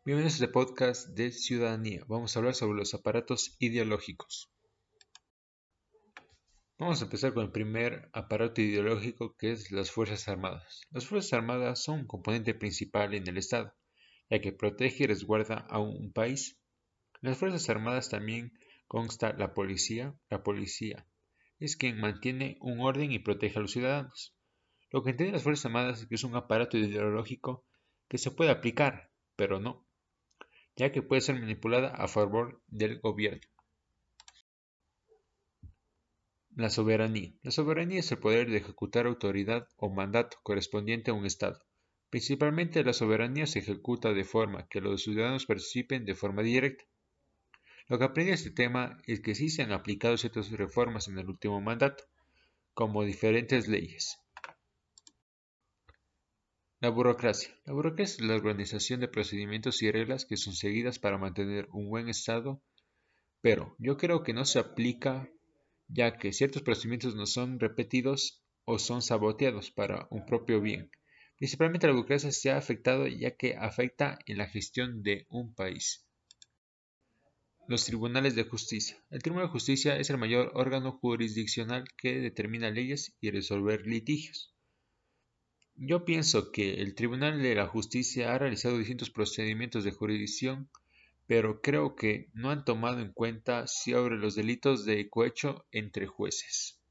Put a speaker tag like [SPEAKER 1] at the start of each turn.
[SPEAKER 1] Bienvenidos a este podcast de ciudadanía. Vamos a hablar sobre los aparatos ideológicos. Vamos a empezar con el primer aparato ideológico, que es las Fuerzas Armadas. Las Fuerzas Armadas son un componente principal en el Estado, ya que protege y resguarda a un país. En las Fuerzas Armadas también consta la policía. La policía es quien mantiene un orden y protege a los ciudadanos. Lo que entienden las Fuerzas Armadas es que es un aparato ideológico que se puede aplicar, pero no, ya que puede ser manipulada a favor del gobierno. La soberanía. La soberanía es el poder de ejecutar autoridad o mandato correspondiente a un Estado. Principalmente la soberanía se ejecuta de forma que los ciudadanos participen de forma directa. Lo que aprendí de este tema es que sí se han aplicado ciertas reformas en el último mandato, como diferentes leyes. La burocracia. La burocracia es la organización de procedimientos y reglas que son seguidas para mantener un buen estado, pero yo creo que no se aplica ya que ciertos procedimientos no son repetidos o son saboteados para un propio bien. Principalmente la burocracia se ha afectado ya que afecta en la gestión de un país. Los tribunales de justicia. El Tribunal de Justicia es el mayor órgano jurisdiccional que determina leyes y resolver litigios. Yo pienso que el Tribunal de la Justicia ha realizado distintos procedimientos de jurisdicción, pero creo que no han tomado en cuenta sobre los delitos de cohecho entre jueces.